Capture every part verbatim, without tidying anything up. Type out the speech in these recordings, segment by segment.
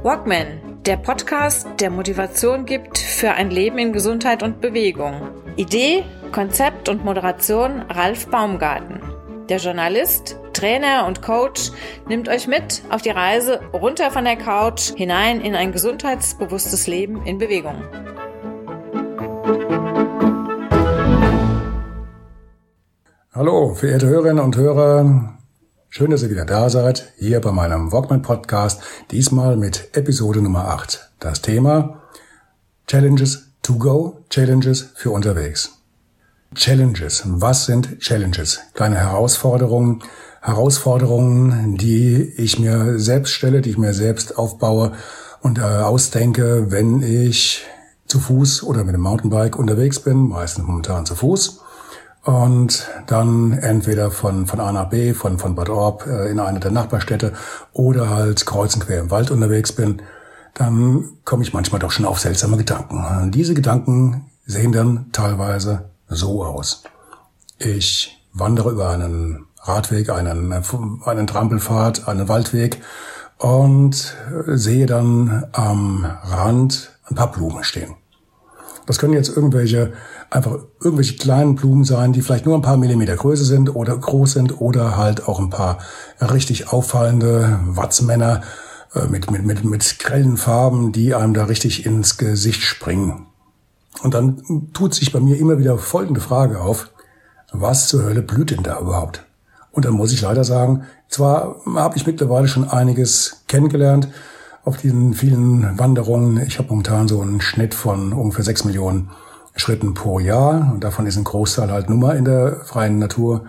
Walkman, der Podcast, der Motivation gibt für ein Leben in Gesundheit und Bewegung. Idee, Konzept und Moderation Ralf Baumgarten. Der Journalist, Trainer und Coach nimmt euch mit auf die Reise runter von der Couch hinein in ein gesundheitsbewusstes Leben in Bewegung. Hallo, verehrte Hörerinnen und Hörer. Schön, dass ihr wieder da seid, hier bei meinem Walkman-Podcast, diesmal mit Episode Nummer acht. Das Thema Challenges to go, Challenges für unterwegs. Challenges, was sind Challenges? Kleine Herausforderungen, Herausforderungen, die ich mir selbst stelle, die ich mir selbst aufbaue und äh, ausdenke, wenn ich zu Fuß oder mit dem Mountainbike unterwegs bin, meistens momentan zu Fuß. Und dann entweder von von A nach B, von von Bad Orb äh, in eine der Nachbarstädte oder halt kreuz und quer im Wald unterwegs bin, dann komme ich manchmal doch schon auf seltsame Gedanken. Und diese Gedanken sehen dann teilweise so aus. Ich wandere über einen Radweg, einen einen Trampelpfad, einen Waldweg und sehe dann am Rand ein paar Blumen stehen. Das können jetzt irgendwelche, einfach irgendwelche kleinen Blumen sein, die vielleicht nur ein paar Millimeter Größe sind oder groß sind oder halt auch ein paar richtig auffallende Watzmänner äh, mit, mit, mit, mit grellen Farben, die einem da richtig ins Gesicht springen. Und dann tut sich bei mir immer wieder folgende Frage auf: Was zur Hölle blüht denn da überhaupt? Und dann muss ich leider sagen, zwar habe ich mittlerweile schon einiges kennengelernt auf diesen vielen Wanderungen. Ich habe momentan so einen Schnitt von ungefähr sechs Millionen Schritten pro Jahr. Und davon ist ein Großteil halt nun mal in der freien Natur.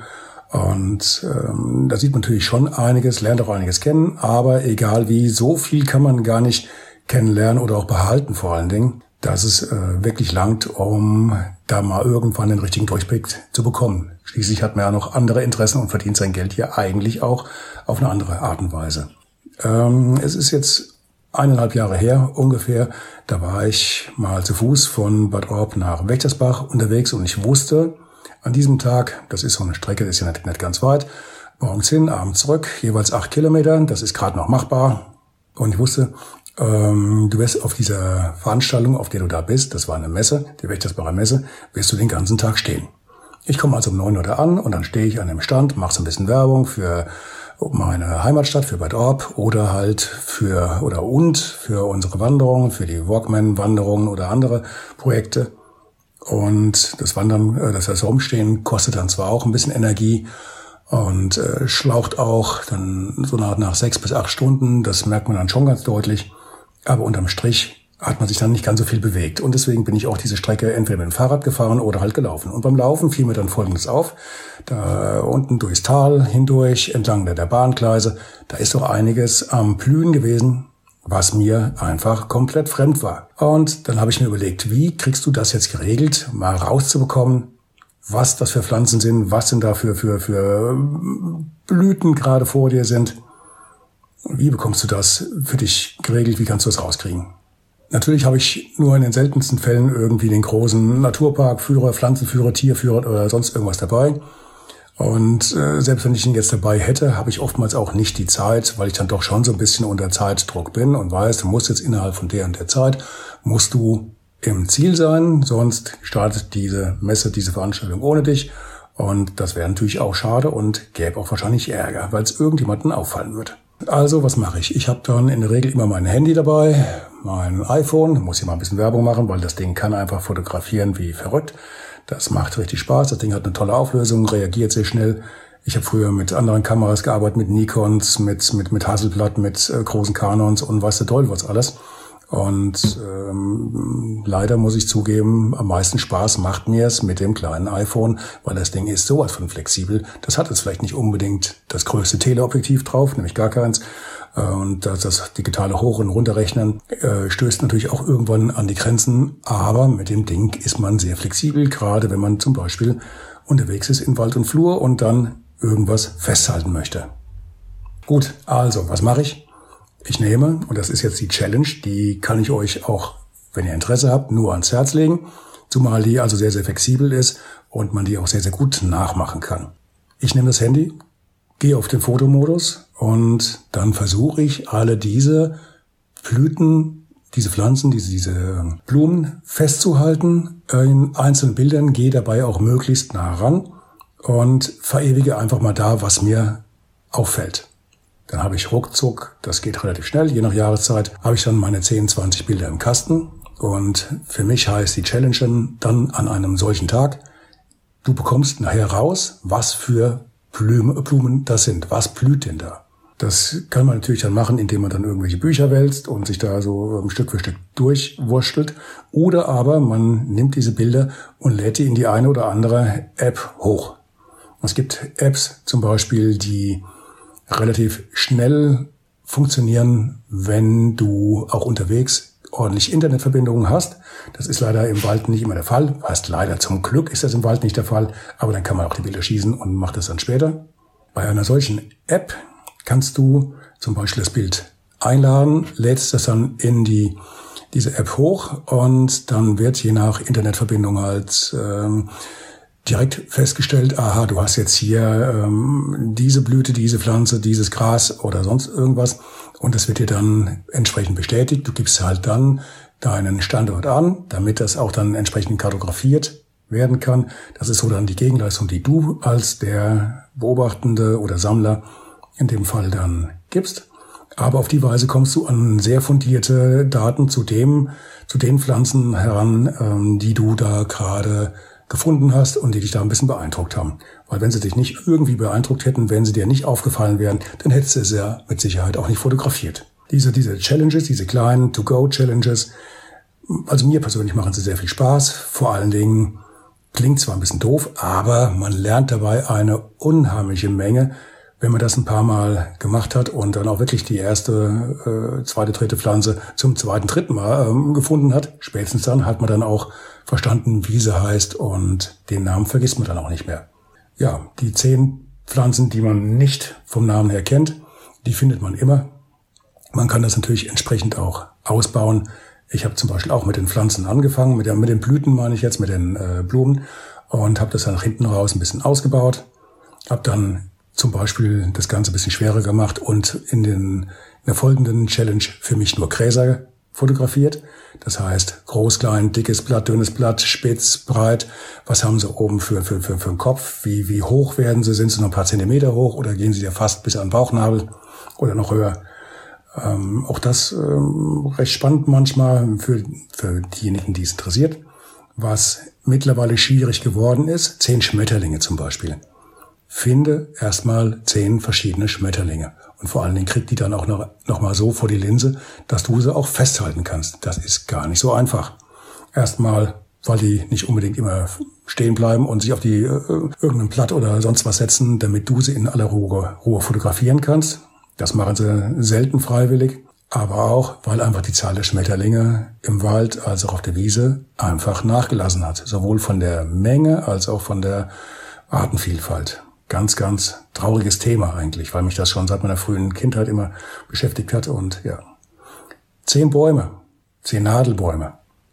Und ähm, da sieht man natürlich schon einiges, lernt auch einiges kennen. Aber egal wie, so viel kann man gar nicht kennenlernen oder auch behalten vor allen Dingen, dass es äh, wirklich langt, um da mal irgendwann den richtigen Durchblick zu bekommen. Schließlich hat man ja noch andere Interessen und verdient sein Geld hier eigentlich auch auf eine andere Art und Weise. Ähm, es ist jetzt eineinhalb Jahre her ungefähr, da war ich mal zu Fuß von Bad Orb nach Wächtersbach unterwegs und ich wusste, an diesem Tag, das ist so eine Strecke, das ist ja nicht, nicht ganz weit, morgens hin, abends zurück, jeweils acht Kilometer, das ist gerade noch machbar. Und ich wusste, ähm, du wirst auf dieser Veranstaltung, auf der du da bist, das war eine Messe, die Wächtersbacher Messe, wirst du den ganzen Tag stehen. Ich komme also um neun Uhr da an und dann stehe ich an dem Stand, mache so ein bisschen Werbung für meine Heimatstadt, für Bad Orb oder halt für oder und für unsere Wanderungen, für die Walkman-Wanderungen oder andere Projekte. Und das Wandern, das heißt Rumstehen, kostet dann zwar auch ein bisschen Energie und äh, schlaucht auch dann so nach, nach sechs bis acht Stunden, das merkt man dann schon ganz deutlich, aber unterm Strich hat man sich dann nicht ganz so viel bewegt. Und deswegen bin ich auch diese Strecke entweder mit dem Fahrrad gefahren oder halt gelaufen. Und beim Laufen fiel mir dann Folgendes auf: Da unten durchs Tal hindurch, entlang der, der Bahngleise, da ist doch einiges am Blühen gewesen, was mir einfach komplett fremd war. Und dann habe ich mir überlegt, wie kriegst du das jetzt geregelt, mal rauszubekommen, was das für Pflanzen sind, was denn da für, für, für Blüten gerade vor dir sind. Wie bekommst du das für dich geregelt, wie kannst du das rauskriegen? Natürlich habe ich nur in den seltensten Fällen irgendwie den großen Naturparkführer, Pflanzenführer, Tierführer oder sonst irgendwas dabei. Und äh, selbst wenn ich ihn jetzt dabei hätte, habe ich oftmals auch nicht die Zeit, weil ich dann doch schon so ein bisschen unter Zeitdruck bin und weiß, du musst jetzt innerhalb von der und der Zeit, musst du im Ziel sein, sonst startet diese Messe, diese Veranstaltung ohne dich. Und das wäre natürlich auch schade und gäbe auch wahrscheinlich Ärger, weil es irgendjemandem auffallen wird. Also, was mache ich? Ich habe dann in der Regel immer mein Handy dabei, mein iPhone, muss hier mal ein bisschen Werbung machen, weil das Ding kann einfach fotografieren wie verrückt. Das macht richtig Spaß, das Ding hat eine tolle Auflösung, reagiert sehr schnell. Ich habe früher mit anderen Kameras gearbeitet, mit Nikons, mit mit mit Hasselblad, mit äh, großen Canons und weiß der Teufel was alles. Und ähm, leider muss ich zugeben, am meisten Spaß macht mir es mit dem kleinen iPhone, weil das Ding ist sowas von flexibel. Das hat jetzt vielleicht nicht unbedingt das größte Teleobjektiv drauf, nämlich gar keins. Und das, das digitale Hoch- und Runterrechnen äh, stößt natürlich auch irgendwann an die Grenzen. Aber mit dem Ding ist man sehr flexibel, gerade wenn man zum Beispiel unterwegs ist in Wald und Flur und dann irgendwas festhalten möchte. Gut, also, was mache ich? Ich nehme, und das ist jetzt die Challenge, die kann ich euch auch, wenn ihr Interesse habt, nur ans Herz legen, zumal die also sehr, sehr flexibel ist und man die auch sehr, sehr gut nachmachen kann. Ich nehme das Handy, gehe auf den Fotomodus und dann versuche ich, alle diese Blüten, diese Pflanzen, diese, diese Blumen festzuhalten in einzelnen Bildern, gehe dabei auch möglichst nah ran und verewige einfach mal da, was mir auffällt. Dann habe ich ruckzuck, das geht relativ schnell, je nach Jahreszeit, habe ich dann meine zehn, zwanzig Bilder im Kasten. Und für mich heißt die Challenge dann an einem solchen Tag, du bekommst nachher raus, was für Blumen, Blumen das sind, was blüht denn da. Das kann man natürlich dann machen, indem man dann irgendwelche Bücher wälzt und sich da so Stück für Stück durchwurschtelt. Oder aber man nimmt diese Bilder und lädt die in die eine oder andere App hoch. Es gibt Apps zum Beispiel, die relativ schnell funktionieren, wenn du auch unterwegs ordentlich Internetverbindungen hast. Das ist leider im Wald nicht immer der Fall. Heißt leider, zum Glück ist das im Wald nicht der Fall, aber dann kann man auch die Bilder schießen und macht das dann später. Bei einer solchen App kannst du zum Beispiel das Bild einladen, lädst das dann in die diese App hoch und dann wird je nach Internetverbindung halt ähm, direkt festgestellt, aha, du hast jetzt hier ähm, diese Blüte, diese Pflanze, dieses Gras oder sonst irgendwas und das wird dir dann entsprechend bestätigt. Du gibst halt dann deinen Standort an, damit das auch dann entsprechend kartografiert werden kann. Das ist so dann die Gegenleistung, die du als der Beobachtende oder Sammler in dem Fall dann gibst. Aber auf die Weise kommst du an sehr fundierte Daten zu dem, zu den Pflanzen heran, ähm, die du da gerade gefunden hast und die dich da ein bisschen beeindruckt haben. Weil wenn sie dich nicht irgendwie beeindruckt hätten, wenn sie dir nicht aufgefallen wären, dann hättest du es ja mit Sicherheit auch nicht fotografiert. Diese, diese Challenges, diese kleinen To-Go-Challenges, also mir persönlich machen sie sehr viel Spaß. Vor allen Dingen klingt zwar ein bisschen doof, aber man lernt dabei eine unheimliche Menge, wenn man das ein paar Mal gemacht hat und dann auch wirklich die erste, äh, zweite, dritte Pflanze zum zweiten, dritten Mal ähm, gefunden hat. Spätestens dann hat man dann auch verstanden, wie sie heißt und den Namen vergisst man dann auch nicht mehr. Ja, die zehn Pflanzen, die man nicht vom Namen her kennt, die findet man immer. Man kann das natürlich entsprechend auch ausbauen. Ich habe zum Beispiel auch mit den Pflanzen angefangen, mit, der, mit den Blüten meine ich jetzt, mit den äh, Blumen und habe das dann nach hinten raus ein bisschen ausgebaut. Habe dann zum Beispiel das Ganze ein bisschen schwerer gemacht und in, den, in der folgenden Challenge für mich nur Gräser fotografiert. Das heißt, groß, klein, dickes Blatt, dünnes Blatt, spitz, breit. Was haben sie oben für, für, für, für einen Kopf? Wie, wie hoch werden sie? Sind sie noch ein paar Zentimeter hoch oder gehen sie ja fast bis an den Bauchnabel oder noch höher? Ähm, auch das ähm, recht spannend manchmal für, für diejenigen, die es interessiert. Was mittlerweile schwierig geworden ist, zehn Schmetterlinge zum Beispiel. Finde erstmal zehn verschiedene Schmetterlinge. Und vor allen Dingen krieg die dann auch noch, noch mal so vor die Linse, dass du sie auch festhalten kannst. Das ist gar nicht so einfach. Erstmal, weil die nicht unbedingt immer stehen bleiben und sich auf die äh, irgendein Blatt oder sonst was setzen, damit du sie in aller Ruhe, Ruhe fotografieren kannst. Das machen sie selten freiwillig. Aber auch, weil einfach die Zahl der Schmetterlinge im Wald als auch auf der Wiese einfach nachgelassen hat. Sowohl von der Menge als auch von der Artenvielfalt. Ganz, ganz trauriges Thema eigentlich, weil mich das schon seit meiner frühen Kindheit immer beschäftigt hat. Und ja, zehn Bäume, zehn Nadelbäume.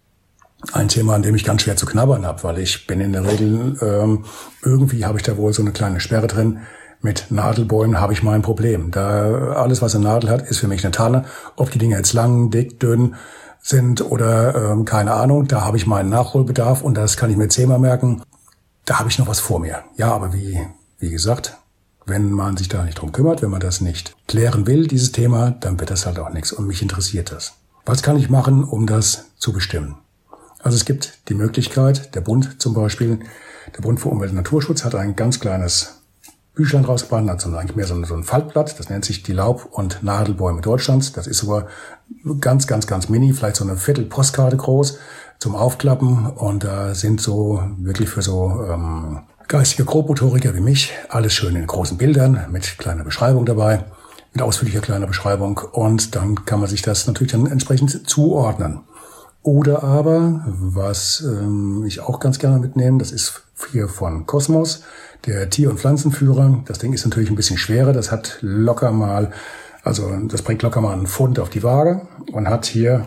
Ein Thema, an dem ich ganz schwer zu knabbern habe, weil ich bin in der Regel, ähm, irgendwie habe ich da wohl so eine kleine Sperre drin. Mit Nadelbäumen habe ich mein Problem. Da alles, was eine Nadel hat, ist für mich eine Tanne. Ob die Dinger jetzt lang, dick, dünn sind oder ähm, keine Ahnung, da habe ich meinen Nachholbedarf und das kann ich mir zehnmal merken. Da habe ich noch was vor mir. Ja, aber wie... Wie gesagt, wenn man sich da nicht drum kümmert, wenn man das nicht klären will, dieses Thema, dann wird das halt auch nichts. Und mich interessiert das. Was kann ich machen, um das zu bestimmen? Also es gibt die Möglichkeit, der Bund zum Beispiel, der Bund für Umwelt und Naturschutz hat ein ganz kleines Büchlein rausgebracht, also eigentlich mehr so ein, so ein Faltblatt, das nennt sich die Laub- und Nadelbäume Deutschlands. Das ist aber ganz, ganz, ganz mini, vielleicht so eine Viertel-Postkarte groß zum Aufklappen. Und da sind so wirklich für so... Ähm, geistige Grobmotoriker wie mich, alles schön in großen Bildern, mit kleiner Beschreibung dabei, mit ausführlicher kleiner Beschreibung und dann kann man sich das natürlich dann entsprechend zuordnen. Oder aber, was ähm, ich auch ganz gerne mitnehme, das ist hier von Kosmos, der Tier- und Pflanzenführer. Das Ding ist natürlich ein bisschen schwerer, das hat locker mal, also das bringt locker mal einen Pfund auf die Waage und hat hier,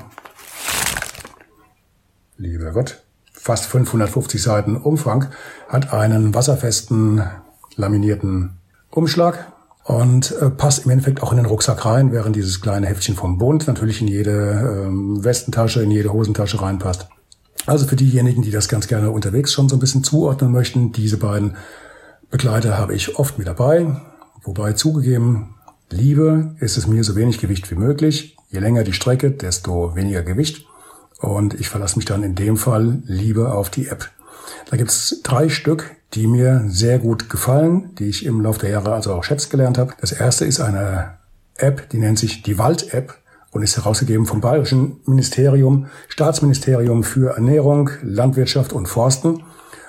lieber Gott, fast fünfhundertfünfzig Seiten Umfang, hat einen wasserfesten, laminierten Umschlag, und äh, passt im Endeffekt auch in den Rucksack rein, während dieses kleine Heftchen vom Bund natürlich in jede ähm, Westentasche, in jede Hosentasche reinpasst. Also für diejenigen, die das ganz gerne unterwegs schon so ein bisschen zuordnen möchten, diese beiden Begleiter habe ich oft mit dabei. Wobei zugegeben, Liebe ist es mir so wenig Gewicht wie möglich. Je länger die Strecke, desto weniger Gewicht. Und ich verlasse mich dann in dem Fall lieber auf die App. Da gibt es drei Stück, die mir sehr gut gefallen, die ich im Laufe der Jahre also auch schätzen gelernt habe. Das erste ist eine App, die nennt sich die Wald-App und ist herausgegeben vom Bayerischen Ministerium, Staatsministerium für Ernährung, Landwirtschaft und Forsten.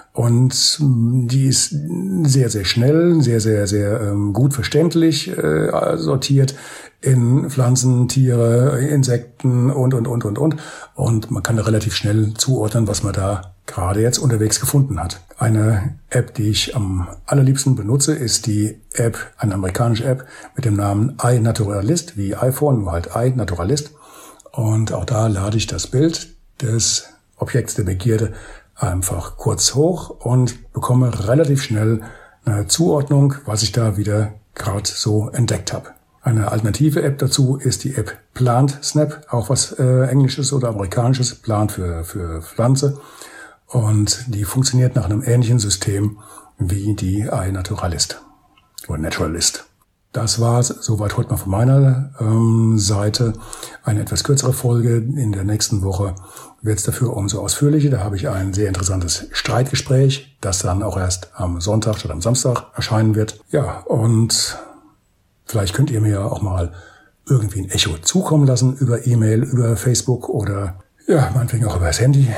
Und die ist sehr, sehr schnell, sehr, sehr, sehr ähm, gut verständlich äh, sortiert in Pflanzen, Tiere, Insekten und, und, und, und, und. Und man kann da relativ schnell zuordnen, was man da gerade jetzt unterwegs gefunden hat. Eine App, die ich am allerliebsten benutze, ist die App, eine amerikanische App mit dem Namen iNaturalist, wie iPhone, nur halt iNaturalist. Und auch da lade ich das Bild des Objekts der Begierde einfach kurz hoch und bekomme relativ schnell eine Zuordnung, was ich da wieder gerade so entdeckt habe. Eine alternative App dazu ist die App PlantSnap, auch was äh, Englisches oder Amerikanisches, Plant für, für Pflanze. Und die funktioniert nach einem ähnlichen System wie die iNaturalist oder Naturalist. Das war's soweit heute mal von meiner ähm, Seite. Eine etwas kürzere Folge. In der nächsten Woche wird es dafür umso ausführlicher. Da habe ich ein sehr interessantes Streitgespräch, das dann auch erst am Sonntag statt am Samstag erscheinen wird. Ja, und vielleicht könnt ihr mir auch mal irgendwie ein Echo zukommen lassen über E-Mail, über Facebook oder ja, meinetwegen auch über das Handy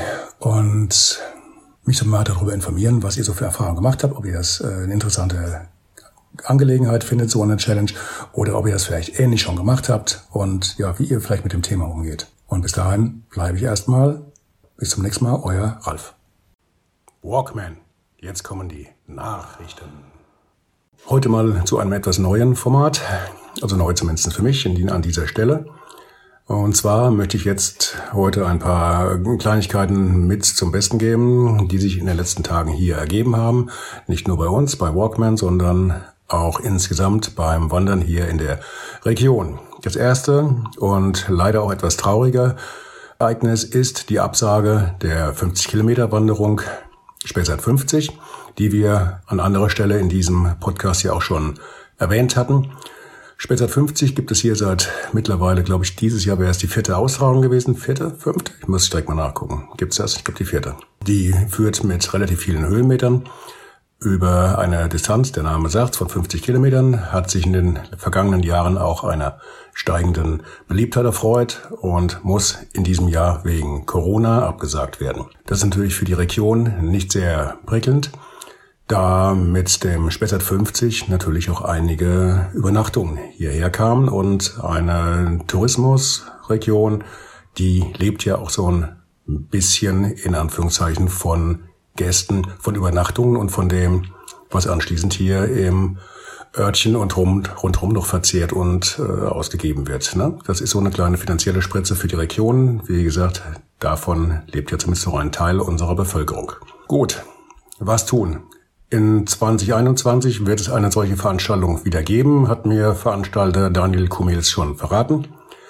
und mich dann mal darüber informieren, was ihr so für Erfahrungen gemacht habt, ob ihr das äh, eine interessante Angelegenheit findet, so eine Challenge, oder ob ihr das vielleicht ähnlich schon gemacht habt und ja, wie ihr vielleicht mit dem Thema umgeht. Und bis dahin bleibe ich erstmal. Bis zum nächsten Mal, euer Ralf. Walkman. Jetzt kommen die Nachrichten. Heute mal zu einem etwas neuen Format, also neu zumindest für mich an dieser Stelle. Und zwar möchte ich jetzt heute ein paar Kleinigkeiten mit zum Besten geben, die sich in den letzten Tagen hier ergeben haben. Nicht nur bei uns, bei Walkman, sondern auch insgesamt beim Wandern hier in der Region. Das erste und leider auch etwas traurige Ereignis ist die Absage der fünfzig Kilometer Wanderung Spessart fünfzig, die wir an anderer Stelle in diesem Podcast ja auch schon erwähnt hatten. Spessart fünfzig gibt es hier seit mittlerweile, glaube ich, dieses Jahr wäre es die vierte Austragung gewesen. Vierte? Fünfte? Ich muss direkt mal nachgucken. Gibt's das? Ich glaube die vierte. Die führt mit relativ vielen Höhenmetern über eine Distanz, der Name sagt, von fünfzig Kilometern, hat sich in den vergangenen Jahren auch einer steigenden Beliebtheit erfreut und muss in diesem Jahr wegen Corona abgesagt werden. Das ist natürlich für die Region nicht sehr prickelnd, da mit dem Spessart fünfzig natürlich auch einige Übernachtungen hierher kamen und eine Tourismusregion, die lebt ja auch so ein bisschen in Anführungszeichen von Gästen, von Übernachtungen und von dem, was anschließend hier im Örtchen und rund, rundherum noch verzehrt und äh, ausgegeben wird. Ne? Das ist so eine kleine finanzielle Spritze für die Region. Wie gesagt, davon lebt ja zumindest noch ein Teil unserer Bevölkerung. Gut, was tun? In zwanzig einundzwanzig wird es eine solche Veranstaltung wieder geben, hat mir Veranstalter Daniel Kumels schon verraten.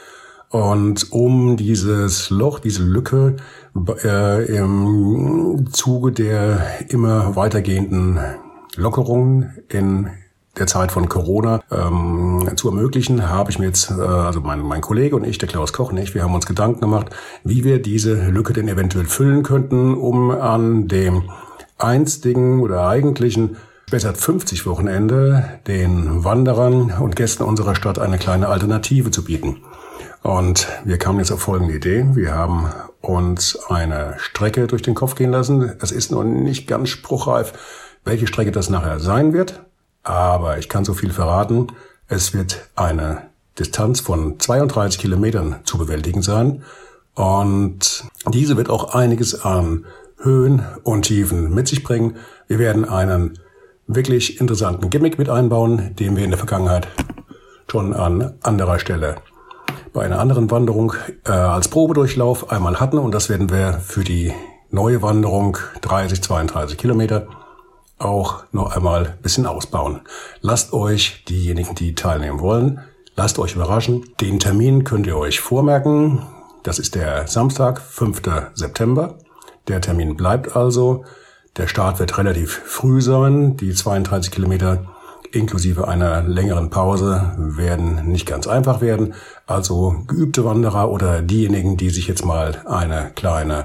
Und um dieses Loch, diese Lücke äh, im Zuge der immer weitergehenden Lockerungen in der Zeit von Corona ähm, zu ermöglichen, habe ich mir jetzt, äh, also mein, mein Kollege und ich, der Klaus Koch und ich, wir haben uns Gedanken gemacht, wie wir diese Lücke denn eventuell füllen könnten, um an dem einstigen oder eigentlichen Spessart fünfzig Wochenende den Wanderern und Gästen unserer Stadt eine kleine Alternative zu bieten. Und wir kamen jetzt auf folgende Idee. Wir haben uns eine Strecke durch den Kopf gehen lassen. Es ist noch nicht ganz spruchreif, welche Strecke das nachher sein wird. Aber ich kann so viel verraten. Es wird eine Distanz von zweiunddreißig Kilometern zu bewältigen sein. Und diese wird auch einiges an Höhen und Tiefen mit sich bringen. Wir werden einen wirklich interessanten Gimmick mit einbauen, den wir in der Vergangenheit schon an anderer Stelle bei einer anderen Wanderung äh, als Probedurchlauf einmal hatten. Und das werden wir für die neue Wanderung dreißig, zweiunddreißig Kilometer auch noch einmal ein bisschen ausbauen. Lasst euch diejenigen, die teilnehmen wollen, lasst euch überraschen. Den Termin könnt ihr euch vormerken. Das ist der Samstag, fünften September. Der Termin bleibt also. Der Start wird relativ früh sein. Die zweiunddreißig Kilometer inklusive einer längeren Pause werden nicht ganz einfach werden. Also geübte Wanderer oder diejenigen, die sich jetzt mal eine kleine,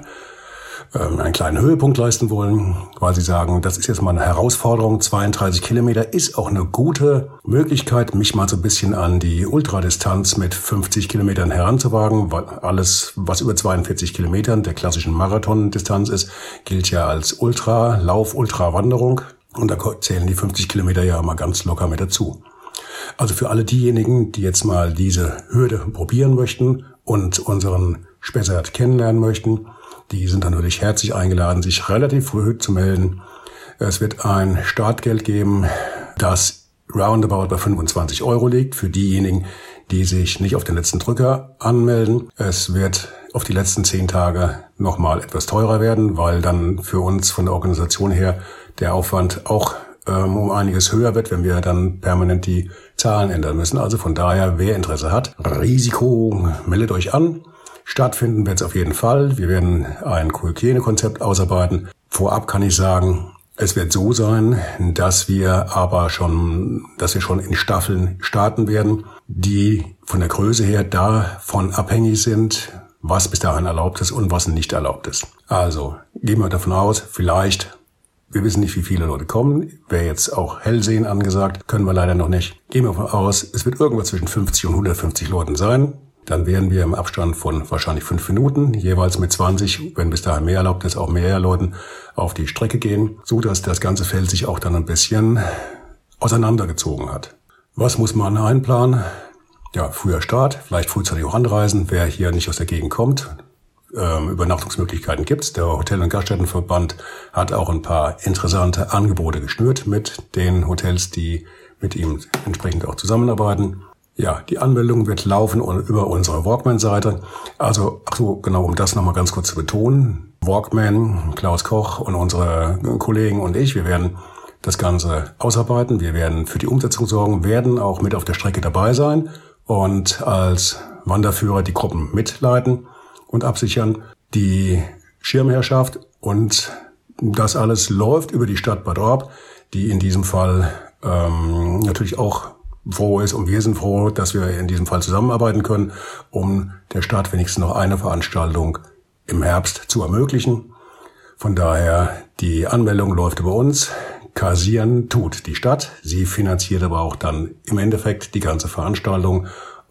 ähm, einen kleinen Höhepunkt leisten wollen, weil sie sagen, das ist jetzt mal eine Herausforderung. zweiunddreißig Kilometer ist auch eine gute Möglichkeit, mich mal so ein bisschen an die Ultradistanz mit fünfzig Kilometern heranzuwagen, weil alles, was über zweiundvierzig Kilometern der klassischen Marathondistanz ist, gilt ja als Ultra, Lauf, Ultra-Wanderung. Und da zählen die fünfzig Kilometer ja mal ganz locker mit dazu. Also für alle diejenigen, die jetzt mal diese Hürde probieren möchten und unseren Spessart kennenlernen möchten, die sind natürlich herzlich eingeladen, sich relativ früh zu melden. Es wird ein Startgeld geben, das roundabout bei fünfundzwanzig Euro liegt für diejenigen, die sich nicht auf den letzten Drücker anmelden. Es wird auf die letzten zehn Tage nochmal etwas teurer werden, weil dann für uns von der Organisation her der Aufwand auch ähm, um einiges höher wird, wenn wir dann permanent die Zahlen ändern müssen. Also von daher, wer Interesse hat, Risiko, meldet euch an. Stattfinden wird es auf jeden Fall. Wir werden ein Hygienekonzept ausarbeiten. Vorab kann ich sagen, es wird so sein, dass wir aber schon, dass wir schon in Staffeln starten werden, die von der Größe her davon abhängig sind, was bis dahin erlaubt ist und was nicht erlaubt ist. Also gehen wir davon aus, vielleicht, wir wissen nicht, wie viele Leute kommen, wäre jetzt auch Hellsehen angesagt, können wir leider noch nicht. Gehen wir davon aus, es wird irgendwas zwischen fünfzig und hundertfünfzig Leuten sein. Dann werden wir im Abstand von wahrscheinlich fünf Minuten, jeweils mit zwanzig, wenn bis dahin mehr erlaubt ist, auch mehr Leuten auf die Strecke gehen, so dass das ganze Feld sich auch dann ein bisschen auseinandergezogen hat. Was muss man einplanen? Ja, früher Start, vielleicht frühzeitig auch anreisen, wer hier nicht aus der Gegend kommt. Ähm, Übernachtungsmöglichkeiten gibt's. Der Hotel- und Gaststättenverband hat auch ein paar interessante Angebote geschnürt mit den Hotels, die mit ihm entsprechend auch zusammenarbeiten. Ja, die Anmeldung wird laufen über unsere Walkman-Seite. Also, ach so, genau, um das nochmal ganz kurz zu betonen. Walkman, Klaus Koch und unsere Kollegen und ich, wir werden das Ganze ausarbeiten. Wir werden für die Umsetzung sorgen, werden auch mit auf der Strecke dabei sein und als Wanderführer die Gruppen mitleiten und absichern. Die Schirmherrschaft und das alles läuft über die Stadt Bad Orb, die in diesem Fall ähm, natürlich auch froh ist, und wir sind froh, dass wir in diesem Fall zusammenarbeiten können, um der Stadt wenigstens noch eine Veranstaltung im Herbst zu ermöglichen. Von daher, die Anmeldung läuft über uns. Kassieren tut die Stadt. Sie finanziert aber auch dann im Endeffekt die ganze Veranstaltung.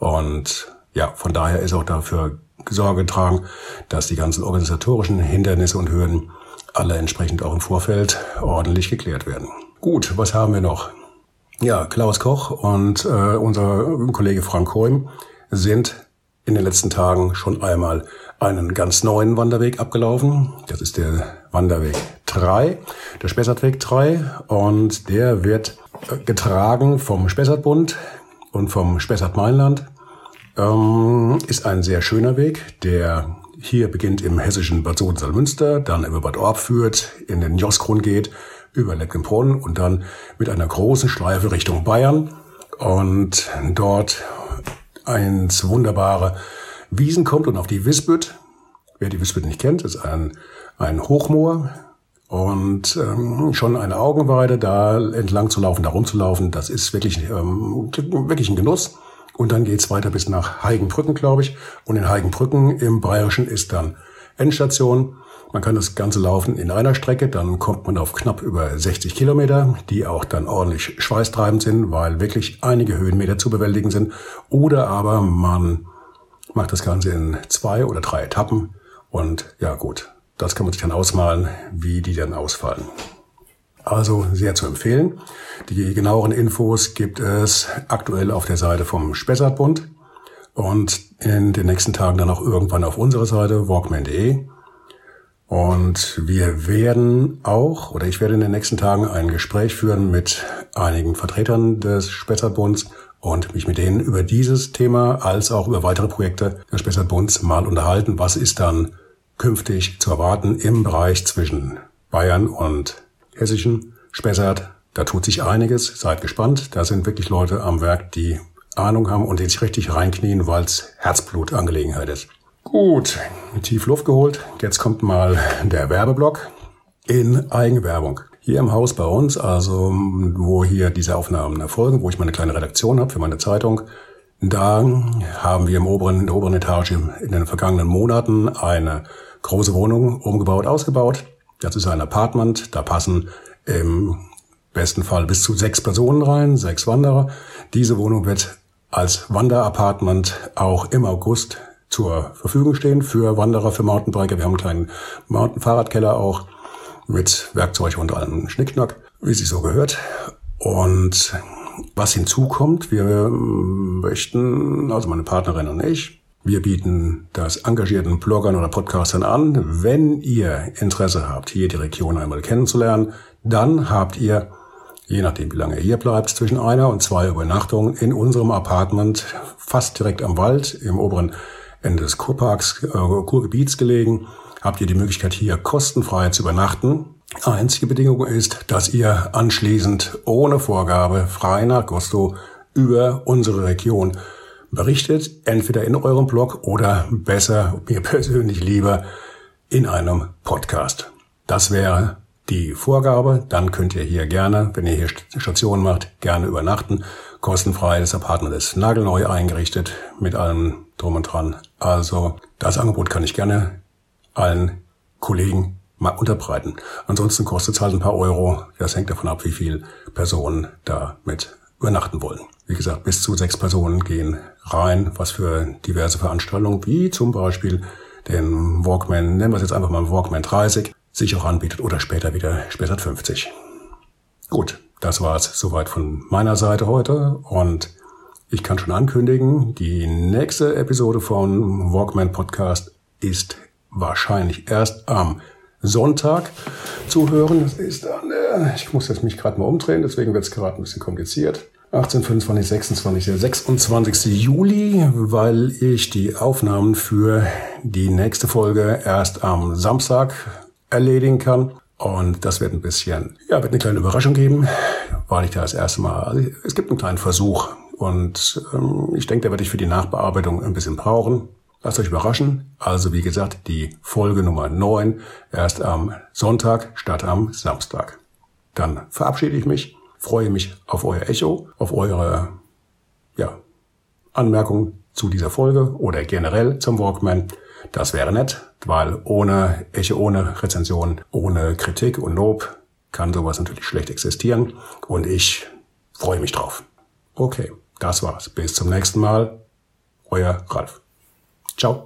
Und ja, von daher ist auch dafür Sorge getragen, dass die ganzen organisatorischen Hindernisse und Hürden alle entsprechend auch im Vorfeld ordentlich geklärt werden. Gut, was haben wir noch? Ja, Klaus Koch und äh, unser Kollege Frank Heum sind in den letzten Tagen schon einmal einen ganz neuen Wanderweg abgelaufen. Das ist der Wanderweg drei, der Spessartweg drei, und der wird getragen vom Spessartbund und vom Spessart Mainland. Ähm, ist ein sehr schöner Weg, der hier beginnt im hessischen Bad Soden-Salmünster, dann über Bad Orb führt, in den Josgrund geht, über Leckenbrunn und dann mit einer großen Schleife Richtung Bayern und dort ins wunderbare Wiesen kommt und auf die Wisbütt. Wer die Wisbütt nicht kennt, ist ein, ein Hochmoor und ähm, schon eine Augenweide, da entlang zu laufen, da rumzulaufen, das ist wirklich, ähm, wirklich ein Genuss. Und dann geht's weiter bis nach Heigenbrücken, glaube ich. Und in Heigenbrücken im Bayerischen ist dann Endstation. Man kann das Ganze laufen in einer Strecke, dann kommt man auf knapp über sechzig Kilometer, die auch dann ordentlich schweißtreibend sind, weil wirklich einige Höhenmeter zu bewältigen sind. Oder aber man macht das Ganze in zwei oder drei Etappen und ja gut, das kann man sich dann ausmalen, wie die dann ausfallen. Also sehr zu empfehlen. Die genaueren Infos gibt es aktuell auf der Seite vom Spessartbund und in den nächsten Tagen dann auch irgendwann auf unserer Seite walkman punkt de. Und wir werden auch, oder ich werde in den nächsten Tagen ein Gespräch führen mit einigen Vertretern des Spessartbunds und mich mit denen über dieses Thema als auch über weitere Projekte des Spessartbunds mal unterhalten. Was ist dann künftig zu erwarten im Bereich zwischen Bayern und hessischen Spessart, da tut sich einiges, seid gespannt. Da sind wirklich Leute am Werk, die Ahnung haben und die sich richtig reinknien, weil es Herzblutangelegenheit ist. Gut, tief Luft geholt. Jetzt kommt mal der Werbeblock in Eigenwerbung. Hier im Haus bei uns, also wo hier diese Aufnahmen erfolgen, wo ich meine kleine Redaktion habe für meine Zeitung, da haben wir im oberen, in der oberen Etage in den vergangenen Monaten eine große Wohnung umgebaut, ausgebaut. Das ist ein Apartment, da passen im besten Fall bis zu sechs Personen rein, sechs Wanderer. Diese Wohnung wird als Wanderapartment auch im August zur Verfügung stehen für Wanderer, für Mountainbiker. Wir haben einen kleinen Mountain-Fahrradkeller auch mit Werkzeug und allem Schnickschnack, wie sie so gehört. Und was hinzukommt, wir möchten, also meine Partnerin und ich, wir bieten das engagierten Bloggern oder Podcastern an. Wenn ihr Interesse habt, hier die Region einmal kennenzulernen, dann habt ihr, je nachdem wie lange ihr hier bleibt, zwischen einer und zwei Übernachtungen in unserem Apartment, fast direkt am Wald, im oberen Ende des Kurparks, äh, Kurgebiets gelegen, habt ihr die Möglichkeit, hier kostenfrei zu übernachten. Einzige Bedingung ist, dass ihr anschließend ohne Vorgabe frei nach Gusto über unsere Region berichtet, entweder in eurem Blog oder besser, mir persönlich lieber, in einem Podcast. Das wäre die Vorgabe. Dann könnt ihr hier gerne, wenn ihr hier Station macht, gerne übernachten. Kostenfrei, das Apartment ist nagelneu eingerichtet mit allem drum und dran. Also das Angebot kann ich gerne allen Kollegen mal unterbreiten. Ansonsten kostet es halt ein paar Euro. Das hängt davon ab, wie viele Personen da mit übernachten wollen. Wie gesagt, bis zu sechs Personen gehen rein, was für diverse Veranstaltungen, wie zum Beispiel den Walkman, nennen wir es jetzt einfach mal Walkman dreißig, sich auch anbietet oder später wieder Spessart fünfzig. Gut, das war es soweit von meiner Seite heute und ich kann schon ankündigen, die nächste Episode von Walkman Podcast ist wahrscheinlich erst am Sonntag zu hören. Das ist dann, äh, ich muss jetzt mich gerade mal umdrehen, deswegen wird es gerade ein bisschen kompliziert. achtzehn, fünfundzwanzig, sechsundzwanzig, der sechsundzwanzigste Juli, weil ich die Aufnahmen für die nächste Folge erst am Samstag erledigen kann. Und das wird ein bisschen, ja, wird eine kleine Überraschung geben, weil ich da das erste Mal, also es gibt einen kleinen Versuch und ähm, ich denke, da werde ich für die Nachbearbeitung ein bisschen brauchen. Lasst euch überraschen. Also wie gesagt, die Folge Nummer neun erst am Sonntag statt am Samstag. Dann verabschiede ich mich, freue mich auf euer Echo, auf eure ja, Anmerkungen zu dieser Folge oder generell zum Walkman. Das wäre nett, weil ohne Echo, ohne Rezension, ohne Kritik und Lob kann sowas natürlich schlecht existieren. Und ich freue mich drauf. Okay, das war's. Bis zum nächsten Mal. Euer Ralf. Ciao.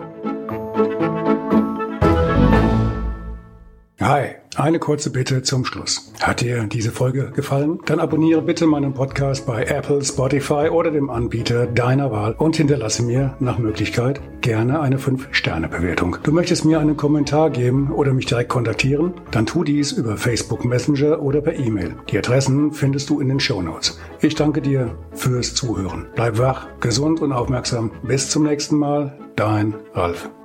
Hi, eine kurze Bitte zum Schluss. Hat dir diese Folge gefallen? Dann abonniere bitte meinen Podcast bei Apple, Spotify oder dem Anbieter deiner Wahl und hinterlasse mir nach Möglichkeit gerne eine fünf Sterne Bewertung. Du möchtest mir einen Kommentar geben oder mich direkt kontaktieren? Dann tu dies über Facebook Messenger oder per E-Mail. Die Adressen findest du in den Shownotes. Ich danke dir fürs Zuhören. Bleib wach, gesund und aufmerksam. Bis zum nächsten Mal. Dein Ralf.